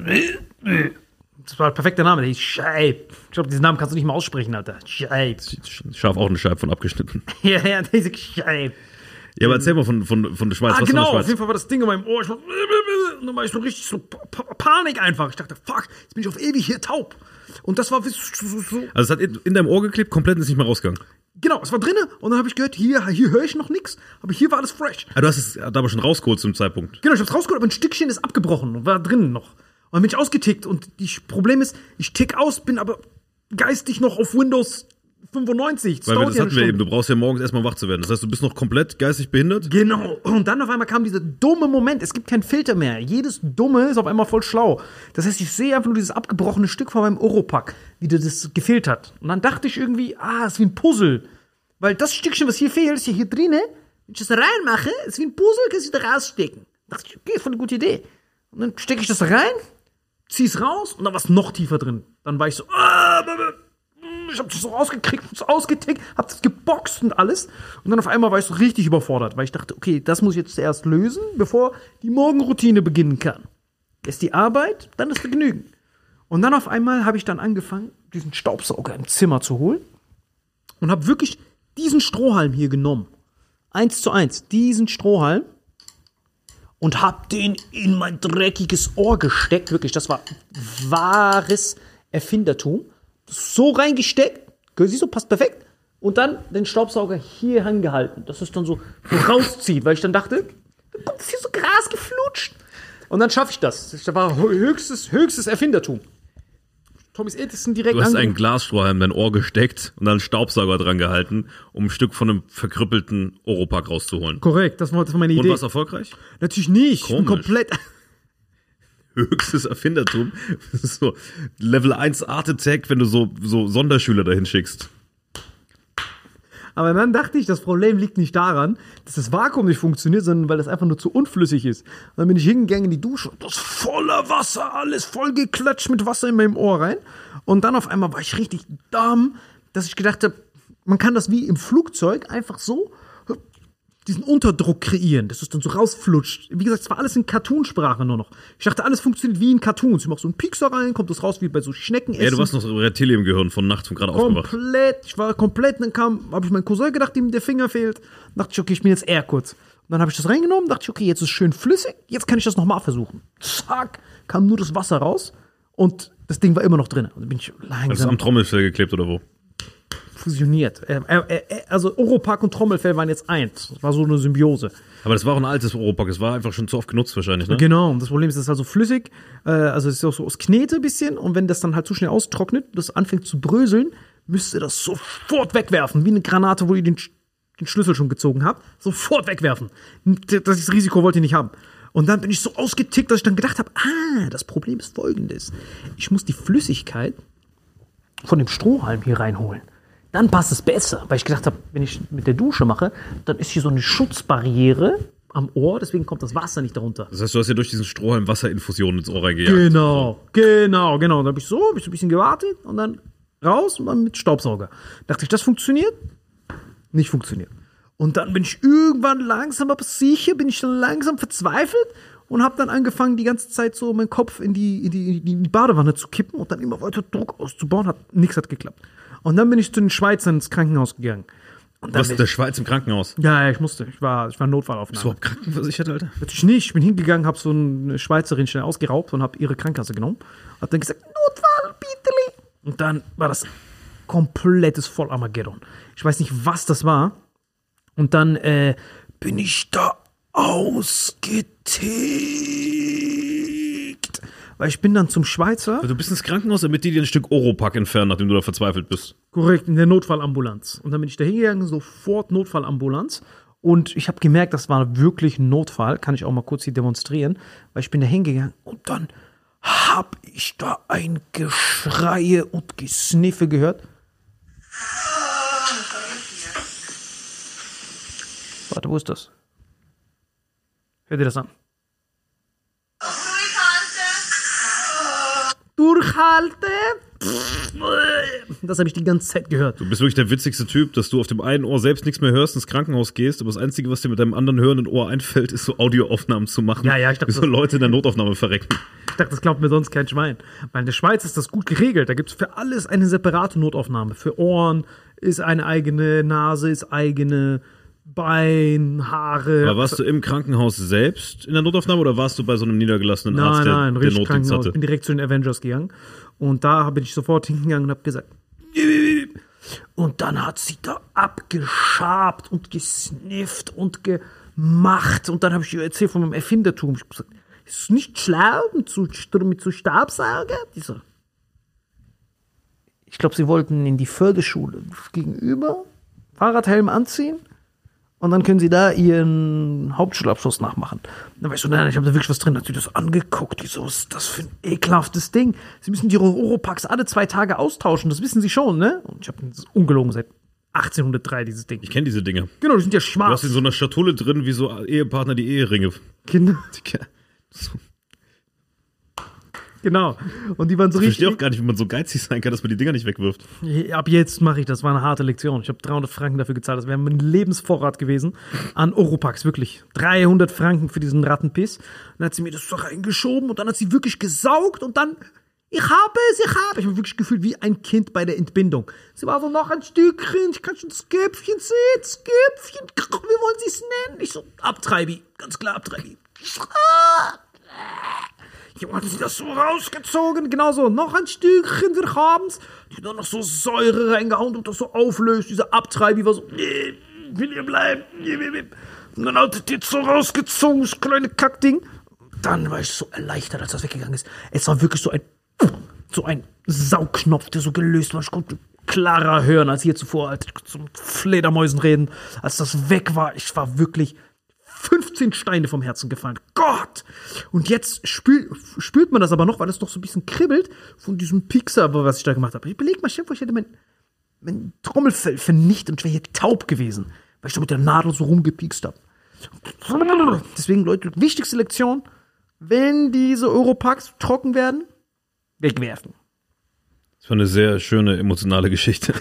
das war ein perfekter Name, der hieß Scheib. Ich glaube, diesen Namen kannst du nicht mal aussprechen, Alter. Scheib. Scharf auch eine Scheibe von abgeschnitten. ja, ja, der ist Scheib. Ja, aber erzähl mal von, von, von der Schweiz. Ah, was genau, von der Schweiz? auf jeden Fall war das Ding in meinem Ohr. Ich war, und dann war ich so richtig so Panik einfach. Ich dachte, fuck, jetzt bin ich auf ewig hier taub. Und das war so. so also es hat in, in deinem Ohr geklebt, komplett ist nicht mehr rausgegangen. Genau, es war drinnen und dann habe ich gehört, hier, hier höre ich noch nichts, aber hier war alles fresh. Ah, du hast es aber schon rausgeholt zum Zeitpunkt. Genau, ich habe es rausgeholt, aber ein Stückchen ist abgebrochen und war drinnen noch. Und dann bin ich ausgetickt und das Problem ist, ich tick aus, bin aber geistig noch auf Windows fünfundneunzig. Das Weil wir, das ja hatten wir eben, du brauchst ja morgens erstmal wach zu werden. Das heißt, du bist noch komplett geistig behindert? Genau. Und dann auf einmal kam dieser dumme Moment. Es gibt keinen Filter mehr. Jedes Dumme ist auf einmal voll schlau. Das heißt, ich sehe einfach nur dieses abgebrochene Stück von meinem Oropack, wie das gefehlt hat. Und dann dachte ich irgendwie, ah, das ist wie ein Puzzle. Weil das Stückchen, was hier fehlt, ist ja hier drinnen. Wenn ich das reinmache, ist wie ein Puzzle, kann ich es wieder rausstecken. Da dachte ich, okay, ist voll eine gute Idee. Und dann stecke ich das rein, zieh's raus und dann war es noch tiefer drin. Dann war ich so, ah, ich hab das so rausgekriegt, so ausgetickt, hab das geboxt und alles. Und dann auf einmal war ich so richtig überfordert, weil ich dachte, okay, das muss ich jetzt zuerst lösen, bevor die Morgenroutine beginnen kann. Erst die Arbeit, dann das Vergnügen. Und dann auf einmal habe ich dann angefangen, diesen Staubsauger im Zimmer zu holen und habe wirklich diesen Strohhalm hier genommen. Eins zu eins, diesen Strohhalm. Und hab den in mein dreckiges Ohr gesteckt. Wirklich, das war wahres Erfindertum. So reingesteckt. Siehst du, passt perfekt. Und dann den Staubsauger hier angehalten, dass es dann so, so rauszieht. Weil ich dann dachte, dann kommt hier so Gras geflutscht. Und dann schaffe ich das. Das war höchstes, höchstes Erfindertum. Tommys Ältesten direkt Du hast ange- einen Glasstrohhalm in dein Ohr gesteckt und dann einen Staubsauger dran gehalten, um ein Stück von einem verkrüppelten Oropack rauszuholen. Korrekt, das war, das war meine Und Idee. war es erfolgreich? Natürlich nicht. Ich bin Komisch. komplett. Höchstes Erfindertum. Das ist so Level eins Art Attack, wenn du so, so Sonderschüler dahin schickst. Aber dann dachte ich, das Problem liegt nicht daran, dass das Vakuum nicht funktioniert, sondern weil das einfach nur zu unflüssig ist. Und dann bin ich hingegangen in die Dusche und das voller Wasser, alles voll geklatscht mit Wasser in meinem Ohr rein. Und dann auf einmal war ich richtig dumm, dass ich gedacht habe, man kann das wie im Flugzeug einfach so diesen Unterdruck kreieren, dass es dann so rausflutscht. Wie gesagt, es war alles in Cartoonsprache nur noch. Ich dachte, alles funktioniert wie in Cartoons. Ich mach so einen Piekser rein, kommt das raus wie bei so Schneckenessen. Ja, du warst noch so Reptilien im Gehirn von nachts und gerade aufgewacht. Komplett, ich war komplett, dann kam, habe ich meinen Cousin gedacht, dem der Finger fehlt. Dachte ich, okay, ich bin jetzt eher kurz. Und dann habe ich das reingenommen, dachte ich, okay, jetzt ist es schön flüssig, jetzt kann ich das nochmal versuchen. Zack, kam nur das Wasser raus und das Ding war immer noch drin. Und dann bin ich Das ist langsam am Trommelfell geklebt oder wo? fusioniert. Äh, äh, äh, also Oropack und Trommelfell waren jetzt eins. Das war so eine Symbiose. Aber das war auch ein altes Oropack, es war einfach schon zu oft genutzt wahrscheinlich, ne? Genau, und das Problem ist, es ist halt so flüssig, äh, also es ist auch so aus Knete ein bisschen und wenn das dann halt zu schnell austrocknet, das anfängt zu bröseln, müsst ihr das sofort wegwerfen, wie eine Granate, wo ihr den, Sch- den Schlüssel schon gezogen habt, sofort wegwerfen. Das, das Risiko wollt ihr nicht haben. Und dann bin ich so ausgetickt, dass ich dann gedacht habe, ah, das Problem ist folgendes. Ich muss die Flüssigkeit von dem Strohhalm hier reinholen. Dann passt es besser, weil ich gedacht habe, wenn ich mit der Dusche mache, dann ist hier so eine Schutzbarriere am Ohr, deswegen kommt das Wasser nicht darunter. Das heißt, du hast ja durch diesen Strohhalm Wasserinfusionen ins Ohr reingejagt. Genau, genau, genau. Dann habe ich so, hab ich so ein bisschen gewartet und dann raus und dann mit Staubsauger. Dachte ich, das funktioniert? Nicht funktioniert. Und dann bin ich irgendwann langsam, aber sicher, bin ich dann langsam verzweifelt und habe dann angefangen, die ganze Zeit so meinen Kopf in die, in die, in die Badewanne zu kippen und dann immer weiter Druck auszubauen. Hat, nichts hat geklappt. Und dann bin ich zu den Schweizern ins Krankenhaus gegangen. Und dann Was bin in der ich, Schweiz im Krankenhaus? ja, ja, ich musste. Ich war, ich war Notfallaufnahme. Bist du überhaupt krankenversichert, Alter? Natürlich nicht. Ich bin hingegangen, habe so eine Schweizerin schnell ausgeraubt und habe ihre Krankenkasse genommen. Hab dann gesagt, Notfall, bitte. Und dann war das komplettes Vollarmageddon. Ich weiß nicht, was das war. Und dann äh, bin ich da ausgetickt. Weil ich bin dann zum Schweizer. Du bist ins Krankenhaus, damit die dir ein Stück Oropack entfernen, nachdem du da verzweifelt bist. Korrekt, in der Notfallambulanz. Und dann bin ich da hingegangen, sofort Notfallambulanz. Und ich habe gemerkt, das war wirklich ein Notfall. Kann ich auch mal kurz hier demonstrieren. Weil ich bin da hingegangen und dann habe ich da ein Geschreie und Gesniffe gehört. Warte, wo ist das? Hört ihr das an? Durchhalte! Das habe ich die ganze Zeit gehört. Du bist wirklich der witzigste Typ, dass du auf dem einen Ohr selbst nichts mehr hörst, ins Krankenhaus gehst, aber das Einzige, was dir mit deinem anderen hörenden Ohr einfällt, ist so Audioaufnahmen zu machen. Ja, ja, ich dachte, wie so das- Leute in der Notaufnahme verrecken. Ich dachte, das glaubt mir sonst kein Schwein. Weil in der Schweiz ist das gut geregelt. Da gibt es für alles eine separate Notaufnahme. Für Ohren ist eine eigene, Nase ist eigene, Bein, Haare. Aber warst du im Krankenhaus selbst in der Notaufnahme oder warst du bei so einem niedergelassenen Nein, Arzt, der, nein, der richtig Notdienst Krankenhaus. Ich hatte? bin direkt zu den Avengers gegangen. Und da bin ich sofort hingegangen und habe gesagt, und dann hat sie da abgeschabt und gesnifft und gemacht. Und dann habe ich ihr erzählt von meinem Erfindertum. Ich habe gesagt, ist es nicht schlau mit so, mit so Staubsauger? Die so, ich glaube, sie wollten in die Förderschule gegenüber Fahrradhelm anziehen. Und dann können sie da ihren Hauptschulabschluss nachmachen. Dann weißt du, nein, ich habe da wirklich was drin. Hat sie das angeguckt. Die so, was ist das für ein ekelhaftes Ding? Sie müssen ihre Oropax alle zwei Tage austauschen. Das wissen sie schon, ne? Und ich habe das ungelogen seit achtzehnhundertdrei, dieses Ding. Ich kenne diese Dinge. Genau, die sind ja Du schwarz. hast in so einer Schatulle drin, wie so Ehepartner die Eheringe. Genau. Genau. Und die waren so Ich verstehe auch richtig. gar nicht, wie man so geizig sein kann, dass man die Dinger nicht wegwirft. Ab jetzt mache ich das. War eine harte Lektion. Ich habe dreihundert Franken dafür gezahlt. Das wäre mein Lebensvorrat gewesen an Oropax. Wirklich. dreihundert Franken für diesen Rattenpiss. Dann hat sie mir das so reingeschoben und dann hat sie wirklich gesaugt und dann, ich habe es, ich habe. Ich habe mich wirklich gefühlt wie ein Kind bei der Entbindung. Sie war so, noch ein Stückchen, ich kann schon das Köpfchen sehen, das Köpfchen. Wie wollen Sie es nennen? Ich so, Abtreibi. Ganz klar, Abtreibi. Junge, hat sie das so rausgezogen, genau so, noch ein Stückchen, wir haben's. Die hat dann noch so Säure reingehauen und das so auflöst, dieser Abtreibi war so, nee, will ihr bleiben, nee, nee, nee. Und dann hat die jetzt so rausgezogen, das kleine Kackding. Dann war ich so erleichtert, als das weggegangen ist. Es war wirklich so ein so ein Saugknopf, der so gelöst war. Ich konnte klarer hören als hier zuvor, als ich zu Fledermäusen reden. Als das weg war, ich war wirklich fünfzehn Steine vom Herzen gefallen. Gott! Und jetzt spür, spürt man das aber noch, weil es doch so ein bisschen kribbelt von diesem Piekser, was ich da gemacht habe. Ich überleg mal, Chef, ich hätte mein, mein Trommelfell vernichtet und ich wäre hier taub gewesen, weil ich da mit der Nadel so rumgepiekst habe. Deswegen, Leute, wichtigste Lektion, wenn diese Europacks trocken werden, wegwerfen. Das war eine sehr schöne emotionale Geschichte.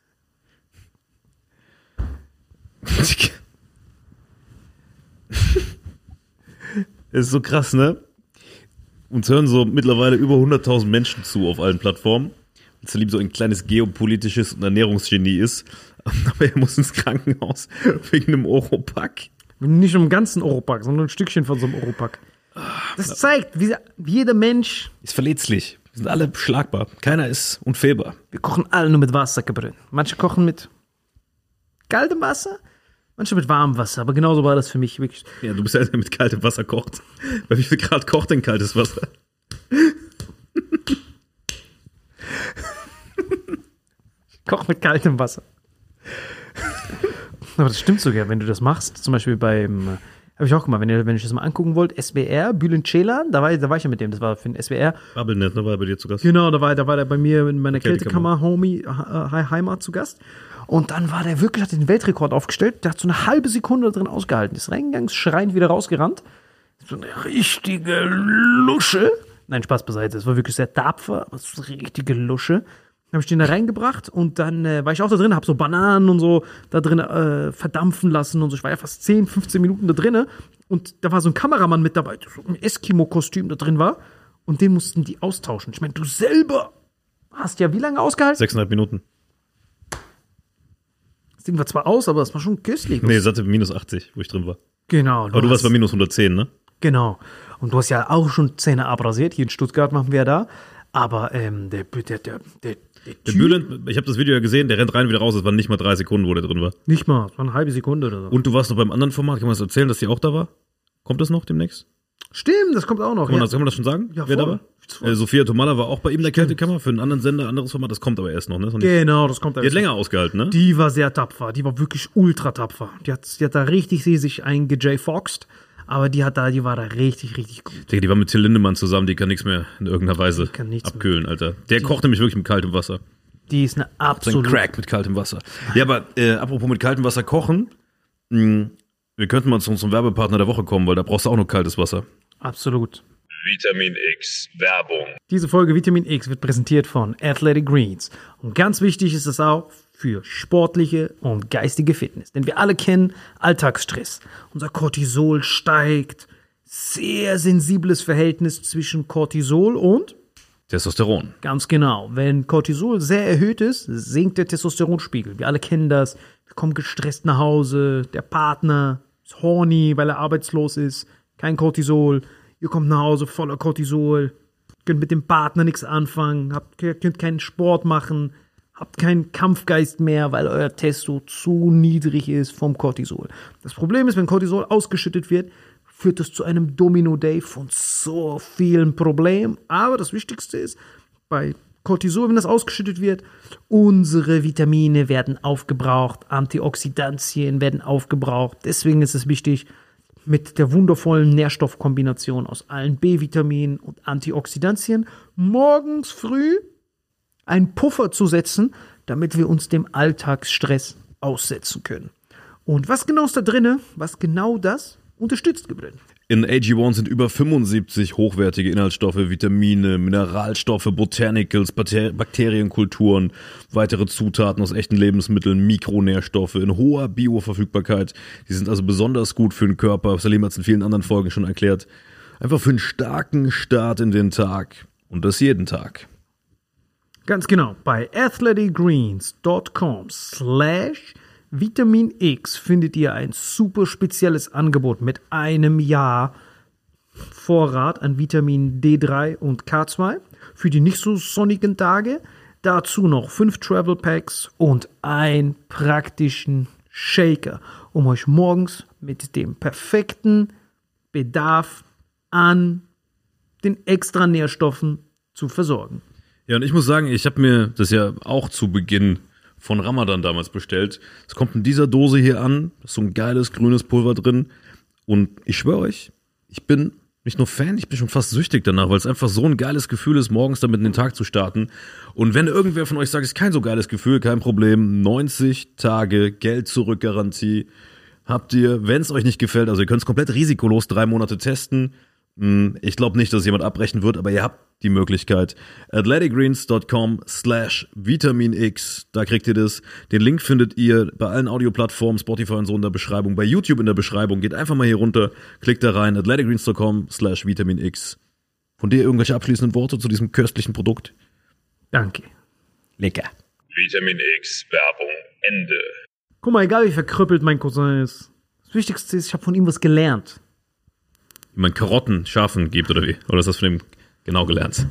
Es ist so krass, ne? Uns hören so mittlerweile über hunderttausend Menschen zu auf allen Plattformen. Und Salim so ein kleines geopolitisches und Ernährungsgenie ist. Aber er muss ins Krankenhaus wegen einem Oropack. Nicht um einen ganzen Oropack, sondern ein Stückchen von so einem Oropack. Das zeigt, wie jeder Mensch ist verletzlich. Wir sind alle schlagbar. Keiner ist unfehlbar. Wir kochen alle nur mit Wasser gebrannt. Manche kochen mit kaltem Wasser, manche mit warmem Wasser. Aber genauso war das für mich wirklich. Ja, du bist ja der mit kaltem Wasser kocht. Bei wie viel Grad kocht denn kaltes Wasser? Ich koche mit kaltem Wasser. Aber das stimmt sogar, wenn du das machst. Zum Beispiel beim, habe ich auch gemacht, wenn ihr, wenn ich das mal angucken wollt, S W R, Bülent Ceylan, da war, da war ich ja mit dem, das war für den S W R. Babbelnet, ne, war er bei dir zu Gast. Genau, da war, da war der bei mir in meiner Kältekammer. Kältekammer, Homie, He- Heimat zu Gast. Und dann war der wirklich, hat den Weltrekord aufgestellt, der hat so eine halbe Sekunde drin ausgehalten, ist reingegangen, ist schreiend wieder rausgerannt. So eine richtige Lusche. Nein, Spaß beiseite, das war wirklich sehr tapfer, aber so eine richtige Lusche. Dann habe ich den da reingebracht und dann äh, war ich auch da drin, habe so Bananen und so da drin äh, verdampfen lassen und so. Ich war ja fast zehn, fünfzehn Minuten da drin und da war so ein Kameramann mit dabei, der so im Eskimo-Kostüm da drin war und den mussten die austauschen. Ich meine, du selber hast ja wie lange ausgehalten? Sechseinhalb Minuten. Das Ding war zwar aus, aber das war schon köstlich. Nee, es hatte minus achtzig, wo ich drin war. Genau. Aber du warst bei minus hundertzehn, ne? Genau. Und du hast ja auch schon Zähne abrasiert. Hier in Stuttgart machen wir ja da. Aber ähm, der, der, der, der, der Der Bülent, ich habe das Video ja gesehen, der rennt rein wieder raus, es waren nicht mal drei Sekunden, wo der drin war. Nicht mal, es war eine halbe Sekunde oder so. Und du warst noch beim anderen Format, kann man das erzählen, dass die auch da war? Kommt das noch demnächst? Stimmt, das kommt auch noch. Kann man, Ja. das, kann man das schon sagen? Ja, wer da voll. war? Voll. Äh, Sophia Tomalla war auch bei ihm in der Kältekammer für einen anderen Sender, anderes Format, das kommt aber erst noch, ne? Ist noch nicht- Genau, das kommt Die hat länger ausgehalten, ne? Die war sehr tapfer, die war wirklich ultra tapfer. Die hat, die hat da richtig sie sich einge-J-Foxed, aber die hat da, die war da richtig, richtig gut. Digga, die war mit Till Lindemann zusammen, die kann nichts mehr in irgendeiner Weise kann nichts abkühlen, Alter. Der kocht nämlich wirklich mit kaltem Wasser. Die ist eine So ein absolute. Crack mit kaltem Wasser. Ja, aber äh, apropos mit kaltem Wasser kochen, mh, wir könnten mal zu unserem Werbepartner der Woche kommen, weil da brauchst du auch nur kaltes Wasser. Absolut. Vitamin X Werbung. Diese Folge Vitamin X wird präsentiert von Athletic Greens. Und ganz wichtig ist es auch für sportliche und geistige Fitness. Denn wir alle kennen Alltagsstress. Unser Cortisol steigt. Sehr sensibles Verhältnis zwischen Cortisol und, Testosteron. ganz genau, wenn Cortisol sehr erhöht ist, sinkt der Testosteronspiegel. Wir alle kennen das. Wir kommen gestresst nach Hause. Der Partner ist horny, weil er arbeitslos ist. Kein Cortisol. Ihr kommt nach Hause voller Cortisol, könnt mit dem Partner nichts anfangen, habt, könnt keinen Sport machen, habt keinen Kampfgeist mehr, weil euer Testo zu niedrig ist vom Cortisol. Das Problem ist, wenn Cortisol ausgeschüttet wird, führt das zu einem Domino-Day von so vielen Problemen. Aber das Wichtigste ist, bei Cortisol, wenn das ausgeschüttet wird, unsere Vitamine werden aufgebraucht, Antioxidantien werden aufgebraucht. Deswegen ist es wichtig, mit der wundervollen Nährstoffkombination aus allen B-Vitaminen und Antioxidantien morgens früh einen Puffer zu setzen, damit wir uns dem Alltagsstress aussetzen können. Und was genau ist da drin? Was genau das unterstützt, Gabriel? In A G eins sind über fünfundsiebzig hochwertige Inhaltsstoffe, Vitamine, Mineralstoffe, Botanicals, Bakter- Bakterienkulturen, weitere Zutaten aus echten Lebensmitteln, Mikronährstoffe in hoher Bioverfügbarkeit. Die sind also besonders gut für den Körper. Salim hat es in vielen anderen Folgen schon erklärt. Einfach für einen starken Start in den Tag. Und das jeden Tag. Ganz genau. Bei athleticgreens.com slash Vitamin X findet ihr ein super spezielles Angebot mit einem Jahr Vorrat an Vitamin D drei und K zwei für die nicht so sonnigen Tage. Dazu noch fünf Travel Packs und einen praktischen Shaker, um euch morgens mit dem perfekten Bedarf an den extra Nährstoffen zu versorgen. Ja, und ich muss sagen, ich habe mir das ja auch zu Beginn von Ramadan damals bestellt. Es kommt in dieser Dose hier an, da ist so ein geiles grünes Pulver drin. Und ich schwöre euch, ich bin nicht nur Fan, ich bin schon fast süchtig danach, weil es einfach so ein geiles Gefühl ist, morgens damit in den Tag zu starten. Und wenn irgendwer von euch sagt, es ist kein so geiles Gefühl, kein Problem, neunzig Tage Geld-Zurück-Garantie habt ihr, wenn es euch nicht gefällt, also ihr könnt es komplett risikolos drei Monate testen. Ich glaube nicht, dass es jemand abbrechen wird, aber ihr habt die Möglichkeit. athleticgreens.com slash vitaminx, da kriegt ihr das. Den Link findet ihr bei allen Audioplattformen, Spotify und so in der Beschreibung, bei YouTube in der Beschreibung. Geht einfach mal hier runter, klickt da rein, athleticgreens.com slash vitaminx. Von dir irgendwelche abschließenden Worte zu diesem köstlichen Produkt? Danke. Lecker. Vitamin X, Werbung, Ende. Guck mal, egal wie verkrüppelt mein Cousin ist. Das Wichtigste ist, ich habe von ihm was gelernt. Wie man Karotten Schafen gibt, oder wie? Oder ist das von ihm genau gelernt?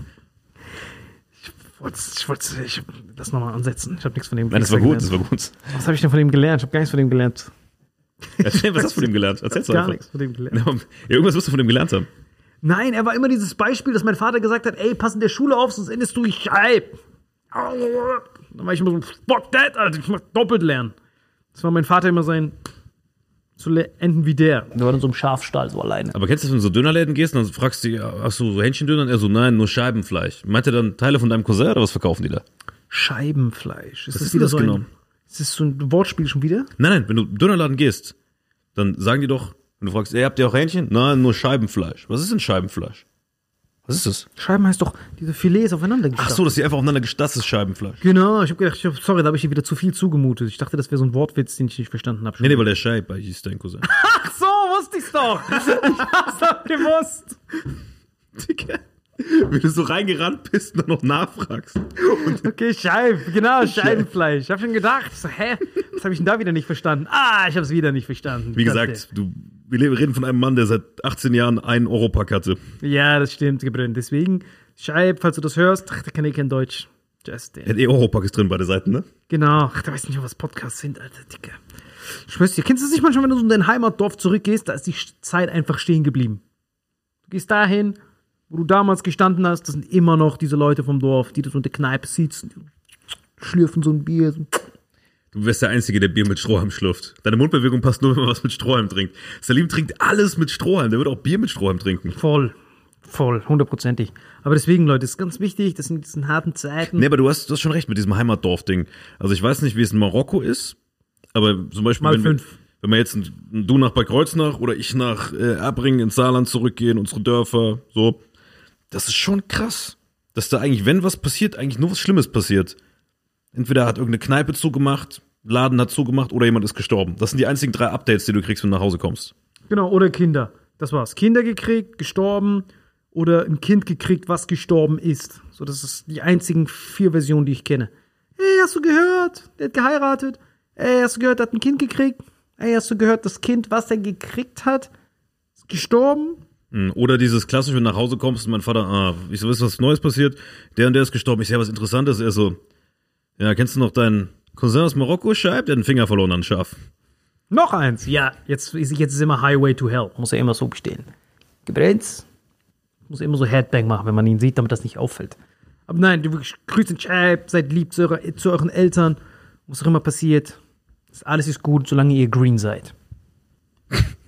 Ich wollte, ich wollte, ich das nochmal ansetzen. Ich habe nichts von ihm gelernt. Nein, das war gut, gelernt. das war gut. Was habe ich denn von ihm gelernt? Ich habe gar nichts von ihm gelernt. Erzähl, was hast du von ihm gelernt? Erzähl's doch gar einfach. nichts von ihm gelernt. Ja, irgendwas wirst du von ihm gelernt haben. Nein, er war immer dieses Beispiel, dass mein Vater gesagt hat, ey, pass in der Schule auf, sonst endest du ich Scheib. Dann war ich immer so, fuck that, Alter, ich mach doppelt lernen. Das war mein Vater immer sein, zu enden wie der. Der war in so einem Schafstall so alleine. Aber kennst du das, wenn du so Dönerläden gehst und dann fragst du, hast du so Hähnchendöner? Und er so, nein, nur Scheibenfleisch. Meint er dann Teile von deinem Cousin oder was verkaufen die da? Scheibenfleisch. Ist was das ist wieder das so genau? ein, ist das so ein Wortspiel schon wieder? Nein, nein, wenn du in den Dönerladen gehst, dann sagen die doch, wenn du fragst, ey, habt ihr auch Hähnchen? Nein, nur Scheibenfleisch. Was ist denn Scheibenfleisch? Was ist das? Scheiben heißt doch, diese Filets aufeinander Ach so, dass die einfach aufeinander gestafft ist, Scheibenfleisch. Genau, ich hab gedacht, ich hab, sorry, da habe ich dir wieder zu viel zugemutet. Ich dachte, das wäre so ein Wortwitz, den ich nicht verstanden habe. Nee, nee, weil der Scheib hieß dein Cousin. Ach so, wusste ich's doch. Ich hab's doch gewusst. Digga, wie du so reingerannt bist und dann noch nachfragst. Und okay, Scheib, genau, Scheibenfleisch. Ich hab schon gedacht, so, hä, was habe ich denn da wieder nicht verstanden? Ah, ich hab's wieder nicht verstanden. Wie gesagt, du, wir reden von einem Mann, der seit achtzehn Jahren einen Europack hatte. Ja, das stimmt, Gebrenn. Deswegen, Scheib, falls du das hörst, ach, der kann eh kein Deutsch. Justin. Ja, eh Europack ist drin, beide Seiten, ne? Genau. Ach, da weiß nicht, was Podcasts sind, Alter, Digga. Ich schwör's dir, kennst du das nicht manchmal, wenn du so in dein Heimatdorf zurückgehst, da ist die Zeit einfach stehen geblieben. Du gehst dahin, wo du damals gestanden hast, das sind immer noch diese Leute vom Dorf, die da so in der Kneipe sitzen, die schlürfen so ein Bier. So. Du wärst der Einzige, der Bier mit Strohhalm schlürft. Deine Mundbewegung passt nur, wenn man was mit Strohhalm trinkt. Salim trinkt alles mit Strohhalm, der wird auch Bier mit Strohhalm trinken. Voll, voll, hundertprozentig. Aber deswegen, Leute, das ist ganz wichtig, das sind diese harten Zeiten. Nee, aber du hast, du hast schon recht mit diesem Heimatdorf-Ding. Also ich weiß nicht, wie es in Marokko ist, aber zum Beispiel, Mal wenn, fünf. wenn wir jetzt du nach Bad Kreuznach oder ich nach äh, Erbringen ins Saarland zurückgehen, unsere Dörfer, so, das ist schon krass, dass da eigentlich, wenn was passiert, eigentlich nur was Schlimmes passiert. Entweder hat irgendeine Kneipe zugemacht, Laden hat zugemacht oder jemand ist gestorben. Das sind die einzigen drei Updates, die du kriegst, wenn du nach Hause kommst. Genau, oder Kinder. Das war's. Kinder gekriegt, gestorben oder ein Kind gekriegt, was gestorben ist. So, das ist die einzigen vier Versionen, die ich kenne. Hey, hast du gehört? Der hat geheiratet. Ey, hast du gehört, der hat ein Kind gekriegt? Ey, hast du gehört, das Kind, was er gekriegt hat, ist gestorben? Oder dieses klassische, wenn du nach Hause kommst und mein Vater, ah, ich so, wisst was Neues passiert? Der und der ist gestorben. Ich sehe, was Interessantes. Er so, ja, kennst du noch deinen Cousin aus Marokko, Scheib? Der hat den Finger verloren an Schaf. Noch eins. Ja, jetzt, jetzt ist immer Highway to Hell. Muss er immer so bestehen. Gebrennt. Muss immer so Headbang machen, wenn man ihn sieht, damit das nicht auffällt. Aber nein, du wirklich grüßt den Scheib, seid lieb zu, eurer, zu euren Eltern. Was auch immer passiert. Alles ist gut, solange ihr green seid.